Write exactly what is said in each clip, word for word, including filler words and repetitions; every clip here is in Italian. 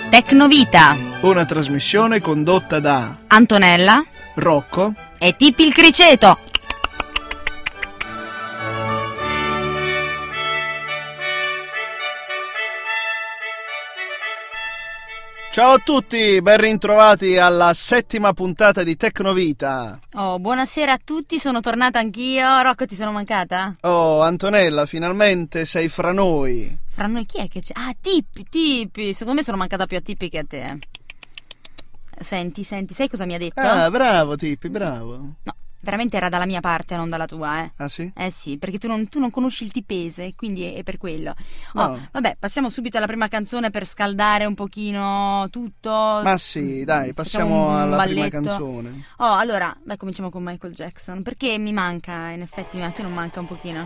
Tecnovita, una trasmissione condotta da Antonella, Rocco e Tippi il Criceto. Ciao a tutti, ben ritrovati alla settima puntata di Tecnovita. Oh, buonasera a tutti, sono tornata anch'io. Rocco, ti sono mancata? Oh, Antonella, finalmente sei fra noi. Fra noi chi è che c'è? Ah, Tippi, Tippi. Secondo me sono mancata più a Tippi che a te. Senti, senti, sai cosa mi ha detto? Ah, bravo Tippi, bravo. No, veramente era dalla mia parte, non dalla tua, eh. Ah sì? Eh sì, perché tu non, tu non conosci il tipese, quindi è, è per quello. Oh, No. Vabbè, passiamo subito alla prima canzone per scaldare un pochino tutto. Ma sì, dai, Facciamo passiamo un alla prima balletto. canzone. Oh, allora, beh, cominciamo con Michael Jackson. Perché mi manca, in effetti, a te non manca un pochino?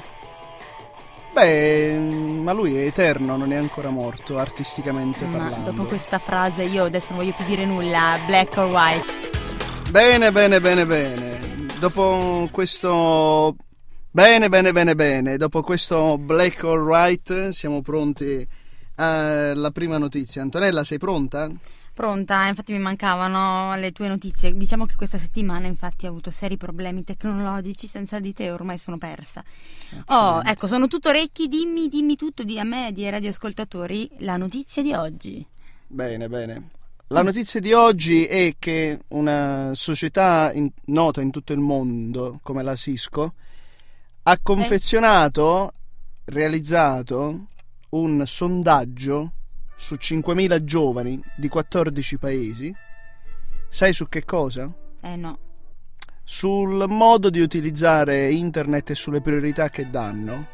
Beh, ma lui è eterno, non è ancora morto, artisticamente Ma parlando. dopo questa frase io adesso non voglio più dire nulla. Black or white? Bene, bene, bene, bene. Dopo questo... Bene, bene, bene, bene. Dopo questo Black or White siamo pronti alla prima notizia. Antonella, sei pronta? Pronta, infatti mi mancavano le tue notizie. Diciamo che questa settimana infatti ho avuto seri problemi tecnologici, senza di te ormai sono persa. Oh, ecco, sono tutto orecchi, dimmi, dimmi tutto di a me e ai radioascoltatori la notizia di oggi. Bene, bene. La notizia di oggi è che una società in- nota in tutto il mondo come la Cisco ha confezionato, realizzato un sondaggio su cinquemila giovani di quattordici paesi. Sai su che cosa? Eh no. Sul modo di utilizzare internet e sulle priorità che danno.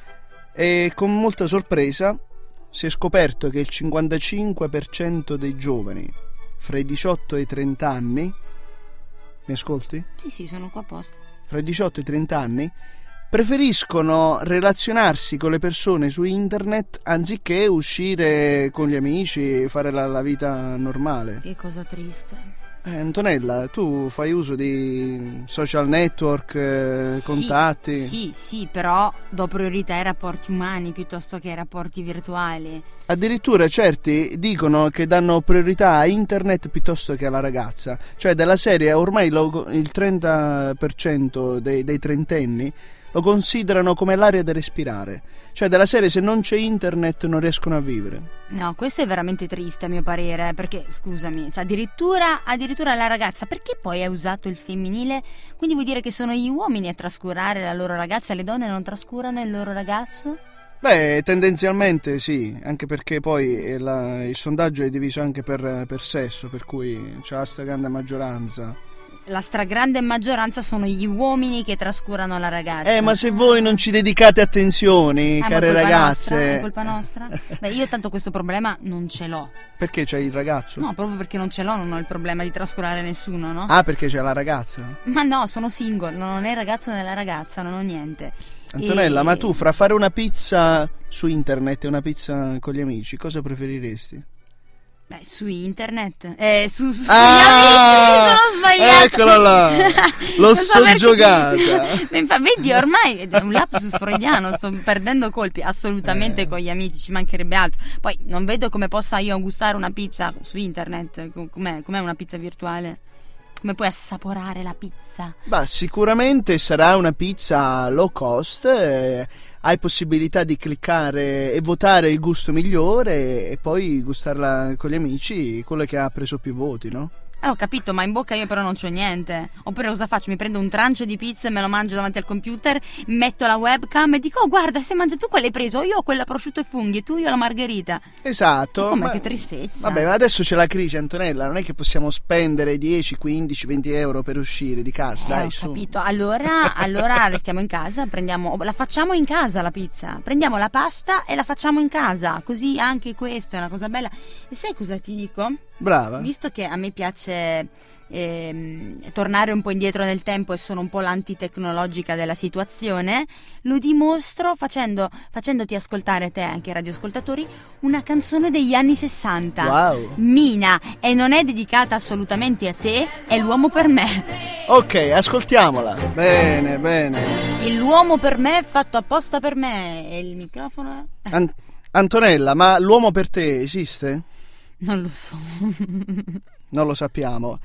E con molta sorpresa si è scoperto che il cinquantacinque per cento dei giovani fra i diciotto e i trenta anni, mi ascolti? Sì, sì, sono qua apposta. Fra i diciotto e i trenta anni preferiscono relazionarsi con le persone su internet anziché uscire con gli amici e fare la, la vita normale. Che cosa triste. Eh, Antonella, tu fai uso di social network, eh, Sì, contatti? Sì, sì, però do priorità ai rapporti umani piuttosto che ai rapporti virtuali. Addirittura certi dicono che danno priorità a internet piuttosto che alla ragazza. Cioè della serie ormai lo- il trenta per cento dei, dei trentenni lo considerano come l'aria da respirare. Cioè della serie se non c'è internet non riescono a vivere. No, questo è veramente triste a mio parere, perché, scusami, cioè addirittura, addirittura la ragazza, perché poi hai usato il femminile? Quindi vuol dire che sono gli uomini a trascurare la loro ragazza e le donne non trascurano il loro ragazzo? Beh, tendenzialmente sì, anche perché poi eh, la- il sondaggio è diviso anche per, per sesso, per cui c'è la stragrande maggioranza. La stragrande maggioranza sono gli uomini che trascurano la ragazza. Eh, ma se voi non ci dedicate attenzioni, Ah, ma care è colpa ragazze... nostra? È colpa nostra? Beh, io tanto questo problema non ce l'ho. Perché c'è il ragazzo? No, proprio perché non ce l'ho, non ho il problema di trascurare nessuno, no? Ah, perché c'è la ragazza? Ma no, sono single, non ho né il ragazzo né la ragazza, non ho niente. Antonella, E- ma tu fra fare una pizza su internet e una pizza con gli amici, cosa preferiresti? Beh, su internet. Eh, su, su Ah, gli amici, mi sono sbagliata. eccola là, l'ho Non so perché- soggiogata. Mi fa- Vedi, ormai è un lapsus freudiano, sto perdendo colpi. Assolutamente Eh. con gli amici, ci mancherebbe altro. Poi non vedo come possa io gustare una pizza su internet. Com- Com'è, com'è una pizza virtuale? Come puoi assaporare la pizza? Beh, sicuramente sarà una pizza low cost, eh, hai possibilità di cliccare e votare il gusto migliore e poi gustarla con gli amici, quello che ha preso più voti, no? Eh, ho capito, ma in bocca io però non c'ho niente. Oppure cosa faccio? Mi prendo un trancio di pizza e me lo mangio davanti al computer, metto la webcam e dico: oh, guarda, se mangi tu quale hai preso? Io ho quella prosciutto e funghi e tu io la margherita. Esatto. Come, ma- che tristezza. Vabbè, ma adesso c'è la crisi, Antonella, non è che possiamo spendere dieci, quindici, venti euro per uscire di casa, Eh, dai, ho su. capito. Allora, allora restiamo in casa, prendiamo, la facciamo in casa la pizza. Prendiamo la pasta e la facciamo in casa. Così anche questa è una cosa bella. E sai cosa ti dico? Brava. Visto che a me piace ehm, tornare un po' indietro nel tempo e sono un po' l'antitecnologica della situazione, lo dimostro facendo, facendoti ascoltare te, anche ai radioascoltatori, una canzone degli anni sessanta. Wow. Mina, e non è dedicata assolutamente a te, è L'uomo per me. Ok, ascoltiamola. Bene, bene. Il l'uomo per me è fatto apposta per me. E il microfono? An- Antonella, ma l'uomo per te esiste? Non lo so. Non lo sappiamo.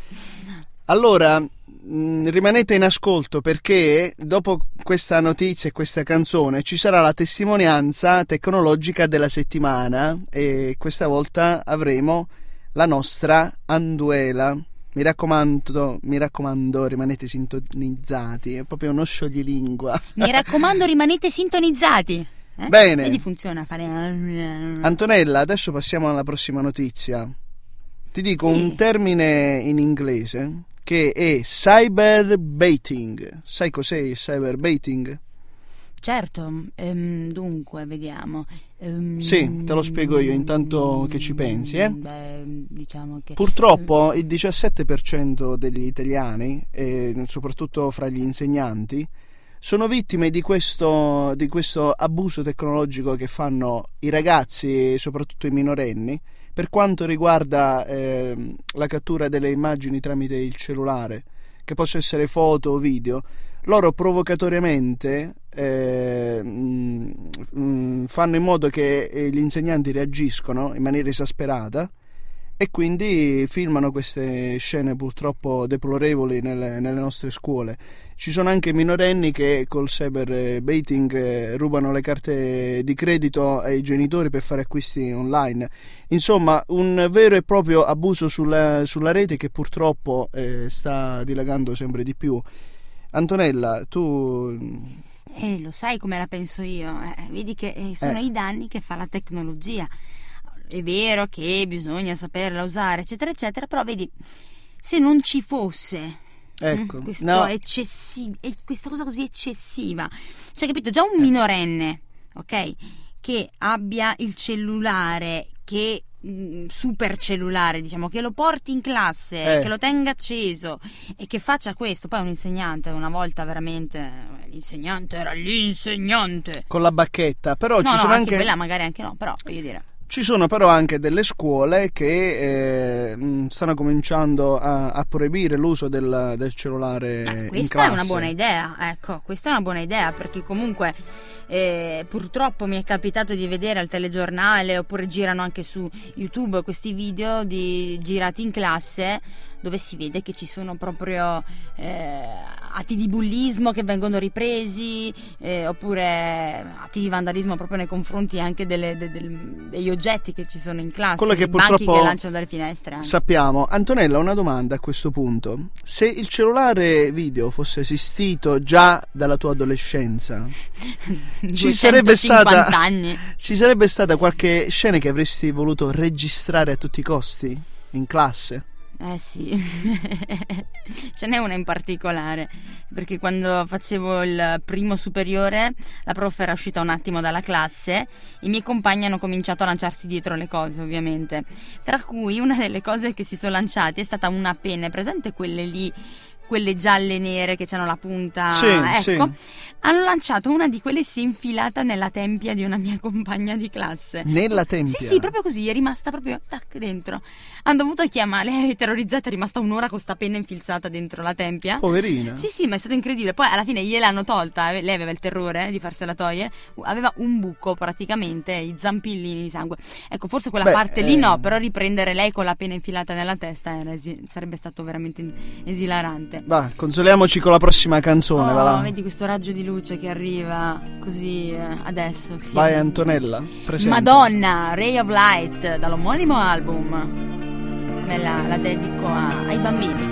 Allora, mh, rimanete in ascolto, perché dopo questa notizia e questa canzone ci sarà la testimonianza tecnologica della settimana e questa volta avremo la nostra Anduela. Mi raccomando, mi raccomando, rimanete sintonizzati, è proprio uno scioglilingua. Mi raccomando, rimanete sintonizzati. Eh? Bene. Vedi, funziona fare... Antonella, adesso passiamo alla prossima notizia. Ti dico Sì. un termine in inglese che è cyberbaiting. Sai cos'è il cyberbaiting? Certo, ehm, dunque, vediamo. Ehm, Sì, te lo spiego io intanto che ci pensi, eh? Beh, diciamo che... Purtroppo il diciassette per cento degli italiani, e soprattutto fra gli insegnanti, sono vittime di questo, di questo abuso tecnologico che fanno i ragazzi, soprattutto i minorenni, per quanto riguarda eh, la cattura delle immagini tramite il cellulare, che possa essere foto o video. Loro provocatoriamente eh, mh, mh, fanno in modo che eh, gli insegnanti reagiscono in maniera esasperata e quindi filmano queste scene purtroppo deplorevoli nelle, nelle nostre scuole. Ci sono anche minorenni che col cyberbaiting eh, rubano le carte di credito ai genitori per fare acquisti online. Insomma, un vero e proprio abuso sulla, sulla rete che purtroppo eh, sta dilagando sempre di più. Antonella, tu... Eh, lo sai come la penso io, eh, vedi che eh, sono Eh. i danni che fa la tecnologia. È vero che bisogna saperla usare, eccetera, eccetera, però vedi, se non ci fosse Ecco, mm, questo no. eccessi- e questa cosa così eccessiva, cioè, capito, già un minorenne, ok, che abbia il cellulare, che mm, super cellulare, diciamo, che lo porti in classe, Eh. che lo tenga acceso e che faccia questo. Poi un insegnante, una volta veramente, eh, l'insegnante era l'insegnante. Con la bacchetta, però No, ci no, sono anche anche... quella magari anche no, però voglio dire. Ci sono però anche delle scuole che eh, mh, stanno cominciando a, a proibire l'uso del, del cellulare Eh, in questa classe. è una buona idea, ecco, questa è una buona idea, perché comunque eh, purtroppo mi è capitato di vedere al telegiornale, oppure girano anche su YouTube questi video di, girati in classe, dove si vede che ci sono proprio eh, atti di bullismo che vengono ripresi, eh, oppure atti di vandalismo proprio nei confronti anche delle, de, de, degli oggetti che ci sono in classe, Quello che i banchi purtroppo che lanciano dalle finestre anche. Sappiamo. Antonella, una domanda a questo punto. Se il cellulare video fosse esistito già dalla tua adolescenza, ci sarebbe stata anni. ci sarebbe stata qualche scena che avresti voluto registrare a tutti i costi in classe? Eh sì, ce n'è una in particolare, perché quando facevo il primo superiore la prof era uscita un attimo dalla classe, i miei compagni hanno cominciato a lanciarsi dietro le cose, ovviamente, tra cui una delle cose che si sono lanciate è stata una penna, è presente quelle lì, quelle gialle nere che hanno la punta, Sì, ecco, sì. hanno lanciato una di quelle, si è infilata nella tempia di una mia compagna di classe. Nella tempia? Sì, sì, proprio così, è rimasta proprio tac dentro. Hanno dovuto chiamare, lei è terrorizzata, è rimasta un'ora con sta penna infilzata dentro la tempia. Poverina. Sì, sì, ma è stato incredibile. Poi alla fine gliel'hanno tolta, ave- lei aveva il terrore eh, di farsela togliere, aveva un buco praticamente, i zampillini di sangue. Ecco, forse quella Beh, parte lì eh. no, però riprendere lei con la penna infilata nella testa era esi- sarebbe stato veramente esilarante. Va, consoliamoci con la prossima canzone, Oh, va là. vedi questo raggio di luce che arriva così eh, adesso. Sì. Vai Antonella, presente. Madonna, Ray of Light, dall'omonimo album. Me la, la dedico a- ai bambini.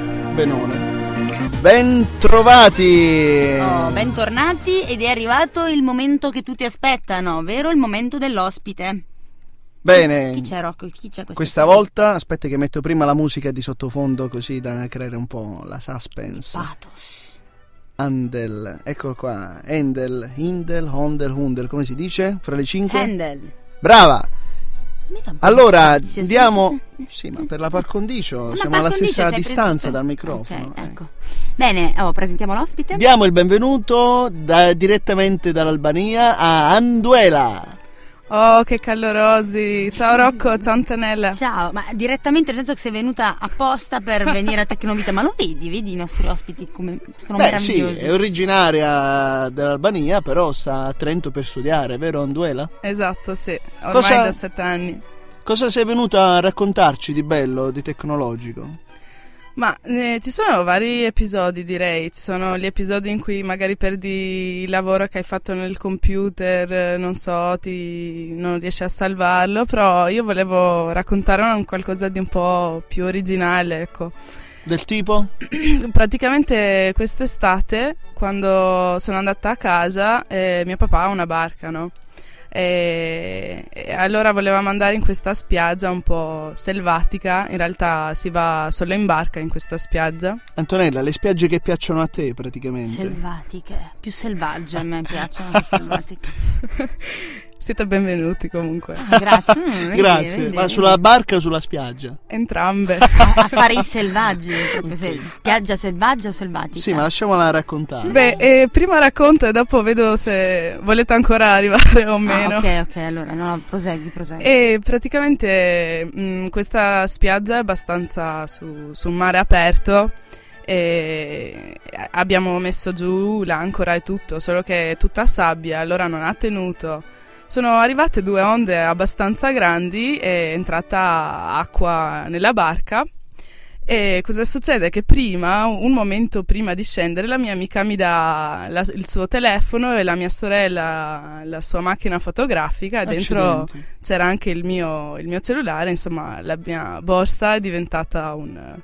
Benone. Ben trovati. Oh, bentornati, ed è arrivato il momento che tutti aspettano, ovvero il momento dell'ospite. Bene. Chi c'è, Rocco? Chi c'è questa Questa sera? volta, aspetta che metto prima la musica di sottofondo così da creare un po' la suspense. Pathos. Handel, eccolo qua. Handel, Hindel, Hondel, Hundel, come si dice? Fra le cinque? Handel. Brava. Mi fa un po' Allora, di senso, diamo... sì. Sì, ma per la par condicio Ma siamo par alla condicio, stessa ci hai distanza preso- dal microfono. Ok, eh. ecco. Bene, oh, presentiamo l'ospite. Diamo il benvenuto da- direttamente dall'Albania a Anduela. Oh, che calorosi! Ciao Rocco, ciao Antonella. Ciao, ma direttamente nel senso che sei venuta apposta per venire a Tecnovita, ma lo vedi, vedi i nostri ospiti come sono Beh, sì, meravigliosi. è originaria dell'Albania, però sta a Trento per studiare, vero Anduela? Esatto, sì, ormai Cosa- da sette anni. Cosa sei venuta a raccontarci di bello, di tecnologico? Ma eh, ci sono vari episodi, direi. Ci sono gli episodi in cui magari perdi il lavoro che hai fatto nel computer, non so, ti non riesci a salvarlo, però io volevo raccontare un qualcosa di un po' più originale, ecco. Del tipo? Praticamente quest'estate, quando sono andata a casa, eh, mio papà ha una barca, no? E, e allora volevamo andare in questa spiaggia un po' selvatica. In realtà si va solo in barca in questa spiaggia. Antonella, le spiagge che piacciono a te praticamente? Selvatiche, più selvagge a me piacciono le selvatiche. Siete benvenuti comunque. Ah, grazie. Mm, vedi, Grazie. vedi, Ma vedi. sulla barca o sulla spiaggia? Entrambe. A, a fare i selvaggi, proprio se- spiaggia selvaggia o selvatica? Sì, ma lasciamola raccontare. Beh, eh, prima racconto e dopo vedo se volete ancora arrivare o meno. Ah, ok, ok, allora no, prosegui, prosegui. E praticamente mh, questa spiaggia è abbastanza su, sul mare aperto e abbiamo messo giù l'ancora e tutto, solo che è tutta sabbia, allora non ha tenuto. Sono arrivate due onde abbastanza grandi, è entrata acqua nella barca. E cosa succede? Che prima, un momento prima di scendere, la mia amica mi dà la- il suo telefono e la mia sorella la sua macchina fotografica e dentro Accidenti. c'era anche il mio, il mio cellulare, insomma la mia borsa è diventata un,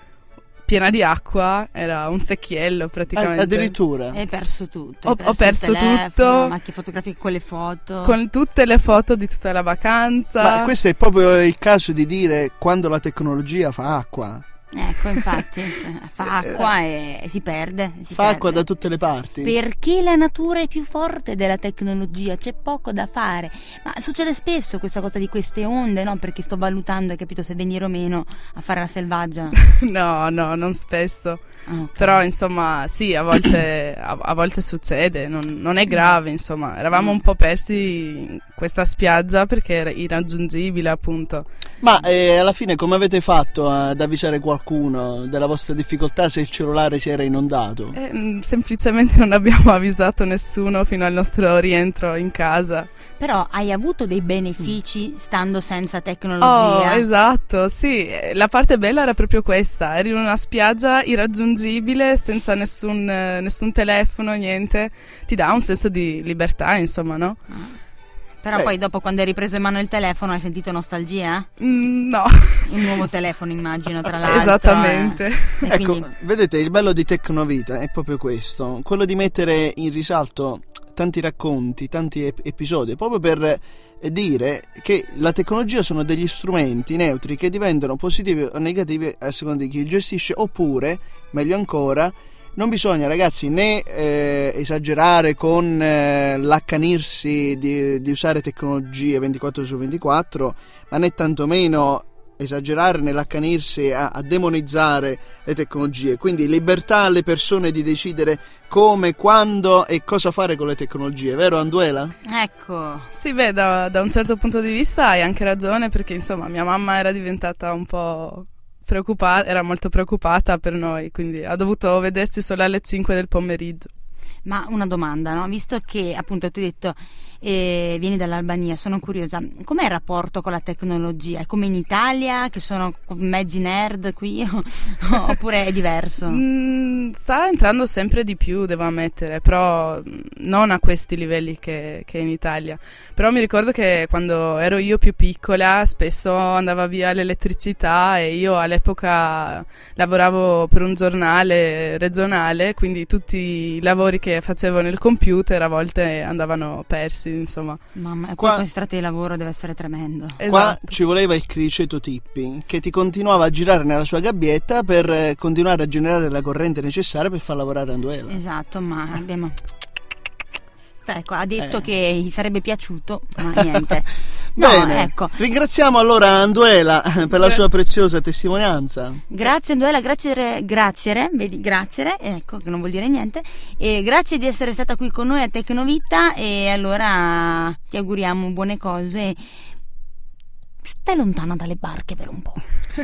piena di acqua, era un secchiello praticamente. Ah, addirittura. Hai perso tutto. Ho- hai ho perso il telefono, tutto. macchine fotografiche con le foto. Con tutte le foto di tutta la vacanza. Ma questo è proprio il caso di dire quando la tecnologia fa acqua. Ecco, infatti, fa acqua e, e si perde. Si Fa perde. acqua da tutte le parti. Perché la natura è più forte della tecnologia, c'è poco da fare. Ma succede spesso questa cosa di queste onde, no? Perché sto valutando, hai capito, se venire o meno a fare la selvaggia. No, no, non spesso. Ah, ok. Però insomma sì, a volte, a, a volte succede, non, non è grave, insomma. Eravamo un po' persi in questa spiaggia perché era irraggiungibile, appunto. Ma eh, alla fine come avete fatto ad avvisare qualcuno della vostra difficoltà se il cellulare si era inondato? E, mm, semplicemente non abbiamo avvisato nessuno fino al nostro rientro in casa. Però hai avuto dei benefici stando senza Oh, tecnologia. esatto, sì. eh, La parte bella era proprio questa. Eri in una spiaggia irraggiungibile, senza nessun, eh, nessun telefono, niente. Ti dà un senso di libertà, insomma, no? Però Beh. poi dopo quando hai ripreso in mano il telefono hai sentito nostalgia? Mm, no, Un nuovo telefono immagino tra l'altro. esattamente. eh. E Ecco, quindi vedete, il bello di Tecnovita è proprio questo, quello di mettere in risalto tanti racconti, tanti ep- episodi, proprio per eh, dire che la tecnologia sono degli strumenti neutri che diventano positivi o negativi a seconda di chi li gestisce, oppure, meglio ancora, non bisogna, ragazzi, né eh, esagerare con eh, l'accanirsi di, di usare tecnologie ventiquattro su ventiquattro, ma né tantomeno esagerare nell'accanirsi a, a demonizzare le tecnologie. Quindi libertà alle persone di decidere come, quando e cosa fare con le tecnologie, vero Anduela? ecco. Sì, beh, da, da un certo punto di vista hai anche ragione, perché insomma mia mamma era diventata un po' preoccupata, era molto preoccupata per noi, quindi ha dovuto vederci solo alle cinque del pomeriggio. Ma una domanda, no? Visto che appunto tu hai detto eh, vieni dall'Albania, sono curiosa, com'è il rapporto con la tecnologia? È come in Italia, che sono mezzi nerd qui, oppure è diverso? Mm, sta entrando sempre di più, devo ammettere, però mm, non a questi livelli che, che in Italia. Però mi ricordo che quando ero io più piccola spesso andava via l'elettricità e io all'epoca lavoravo per un giornale regionale, quindi tutti i lavori che facevo nel computer a volte andavano persi, insomma. Mamma, e poi Qua- poi si tratta di lavoro, deve essere tremendo. Qua Esatto. ci voleva il criceto Tippi che ti continuava a girare nella sua gabbietta per eh, continuare a generare la corrente necessaria per far lavorare Anduela. Esatto, ma abbiamo... Ecco, ha detto Eh. che gli sarebbe piaciuto, ma niente. No, Bene, ecco. ringraziamo allora Anduela per la sua preziosa testimonianza. Grazie Anduela, grazie, grazie, vedi, grazie, ecco che non vuol dire niente. E grazie di essere stata qui con noi a Tecnovita e allora ti auguriamo buone cose. stai lontana dalle barche per un po'.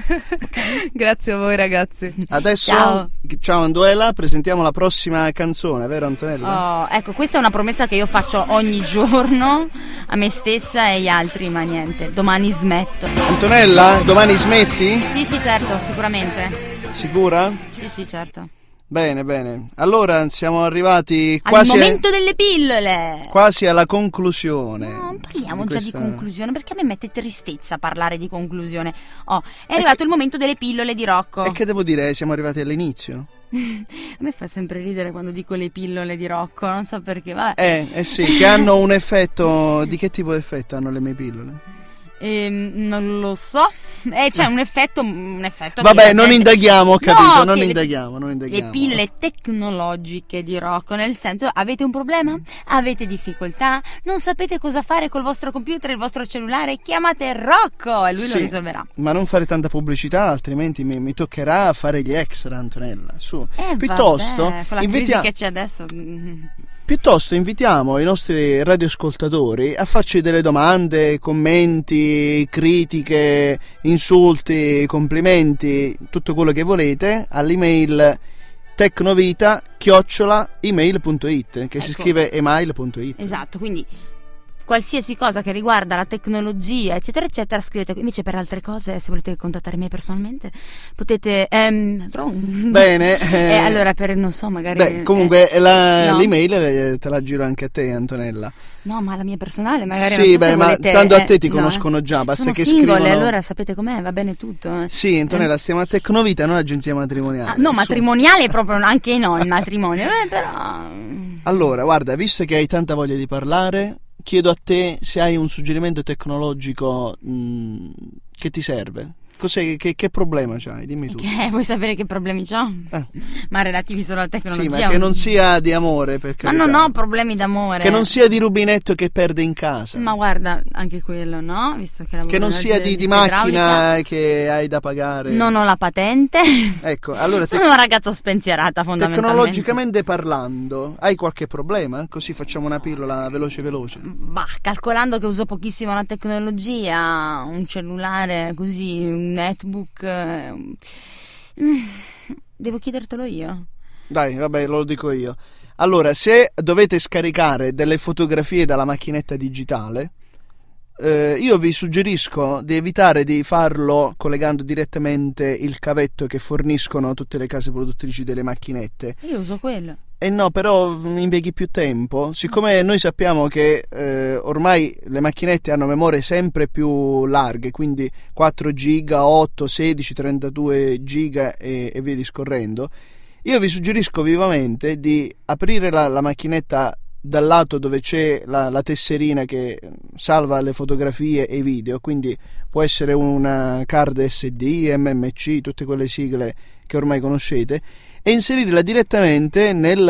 Okay. Grazie a voi ragazzi. Adesso, ciao, ciao Anduela, presentiamo la prossima canzone, vero Antonella? Oh, ecco, questa è una promessa che io faccio ogni giorno a me stessa e agli altri, ma niente, domani smetto. Antonella, domani smetti? Sì, sì, certo, sicuramente. Sicura? Sì, sì, certo. Bene, bene. Allora siamo arrivati Al quasi momento a... delle pillole. quasi alla conclusione. No, non parliamo di già questa... di conclusione, perché a me mette tristezza parlare di conclusione. Oh, è arrivato che... il momento delle pillole di Rocco. E che devo dire? Siamo arrivati all'inizio. A me fa sempre ridere quando dico le pillole di Rocco, non so perché, va. Eh, eh sì, che hanno un effetto. Di che tipo di effetto hanno le mie pillole? Ehm, non lo so. Eh, c'è un effetto, un effetto. Vabbè, che non gente... indaghiamo, ho capito, no, non che indaghiamo, le... non indaghiamo. Le pillole tecnologiche di Rocco, nel senso, avete un problema? Avete difficoltà? Non sapete cosa fare col vostro computer, il vostro cellulare? Chiamate Rocco e lui sì, lo risolverà. Ma non fare tanta pubblicità, altrimenti mi, mi toccherà fare gli extra, Antonella. Su. Eh, Piuttosto, vabbè, con la invitia... crisi che c'è adesso. Piuttosto invitiamo i nostri radioascoltatori a farci delle domande, commenti, critiche, insulti, complimenti, tutto quello che volete all'email tecnovita chiocciola email punto it, che ecco, si scrive email punto it. Esatto, quindi qualsiasi cosa che riguarda la tecnologia eccetera eccetera scrivete qui. Invece per altre cose, se volete contattare me personalmente, potete ehm, bene eh, eh, allora per non so magari beh, comunque eh, la, no. l'email te la giro anche a te, Antonella. No, ma la mia personale magari sì, non so beh, se ma volete, tanto a te ti eh, conoscono no, già, basta sono che single, scrivono. allora sapete com'è, va bene tutto. Sì, Antonella, eh. stiamo a Tecnovita, non agenzia matrimoniale. Ah, no, matrimoniale proprio anche no, il matrimonio, eh, però. Allora, guarda, visto che hai tanta voglia di parlare, chiedo a te se hai un suggerimento tecnologico mh, che ti serve. Cos'è, che, che problema c'hai? Dimmi tu. Che, vuoi sapere che problemi c'ho? Eh. Ma relativi solo alla tecnologia? Sì, ma che non sia di amore, perché. Ma non ho problemi d'amore. Che non sia di rubinetto che perde in casa. Ma guarda, anche quello, no? Visto che lavoro Che non sia di, di macchina che hai da pagare. Non ho la patente. Ecco, allora sono una ragazza spensierata, fondamentalmente. Tecnologicamente parlando, hai qualche problema? Così facciamo una pillola veloce veloce. Bah, calcolando che uso pochissimo la tecnologia, un cellulare così, un netbook, eh, devo chiedertelo io. Dai, vabbè, lo dico io. Allora, se dovete scaricare delle fotografie dalla macchinetta digitale, eh, io vi suggerisco di evitare di farlo collegando direttamente il cavetto che forniscono tutte le case produttrici delle macchinette. Io uso quello. Eh no, però impieghi più tempo. Siccome noi sappiamo che eh, ormai le macchinette hanno memorie sempre più larghe, quindi quattro giga, otto, sedici, trentadue giga e, e via discorrendo, io vi suggerisco vivamente di aprire la, la macchinetta dal lato dove c'è la, la tesserina che salva le fotografie e i video, quindi può essere una card S D, M M C, tutte quelle sigle che ormai conoscete, e inserirla direttamente nel,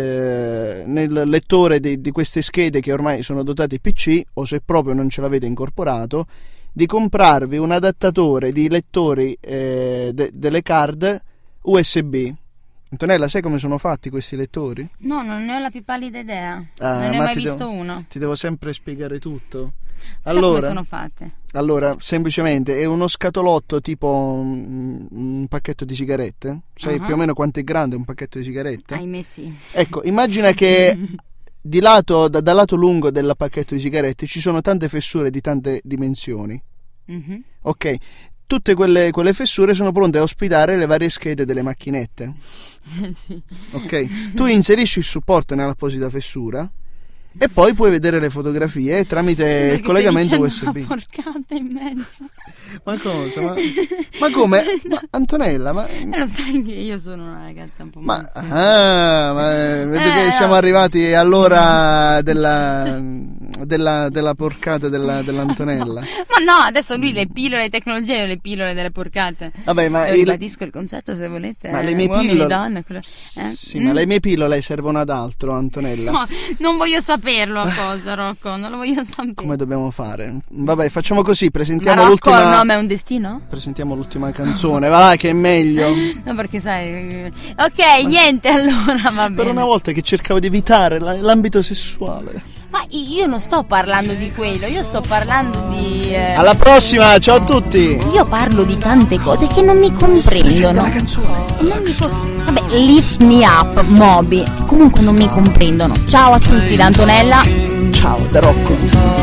eh, nel lettore di, di queste schede che ormai sono dotate P C, o se proprio non ce l'avete incorporato, di comprarvi un adattatore di lettori eh, de, delle card U S B. Antonella, sai come sono fatti questi lettori? No, non ne ho la più pallida idea. Ah, non ne ho mai visto devo, uno. Ti devo sempre spiegare tutto. Allora, come sono fatte? Allora, semplicemente è uno scatolotto tipo un, un pacchetto di sigarette. Sai uh-huh. più o meno quanto è grande un pacchetto di sigarette? Ahimè sì. Ecco, immagina che di lato, da, dal lato lungo del pacchetto di sigarette ci sono tante fessure di tante dimensioni. Uh-huh. Ok. Tutte quelle, quelle fessure sono pronte a ospitare le varie schede delle macchinette. Sì. Ok, tu inserisci il supporto nell'apposita fessura e poi puoi vedere le fotografie tramite il collegamento U S B. Una porcata in mezzo. Ma cosa? Ma, ma come? Ma Antonella, ma eh, lo sai che io sono una ragazza un po' ma, ah, ma vedo eh, che no. siamo arrivati all'ora della della, della porcata della, dell'Antonella. Ma no, adesso lui le pillole di tecnologia e io le pillole delle porcate. Vabbè, ma io il... ribadisco il concetto se volete. Ma le mie uomini, pillole donne, quello... eh? Sì, mm? ma le mie pillole servono ad altro, Antonella. No, non voglio saperlo a cosa, Rocco, non lo voglio sapere. Come dobbiamo fare? Vabbè, facciamo così, presentiamo ma l'ultima. Ma Rocco, il nome è un destino? Presentiamo l'ultima canzone, va che è meglio. No, perché sai. Ok, niente, allora va bene. Per una volta che cercavo di evitare l'ambito sessuale. Ma io non sto parlando di quello, io sto parlando di... Eh... Alla prossima, ciao a tutti! Io parlo di tante cose che non mi comprendono. La canzone. E non mi com- Vabbè, Lift Me Up, Moby, comunque non mi comprendono. Ciao a tutti da Antonella. Ciao da Rocco.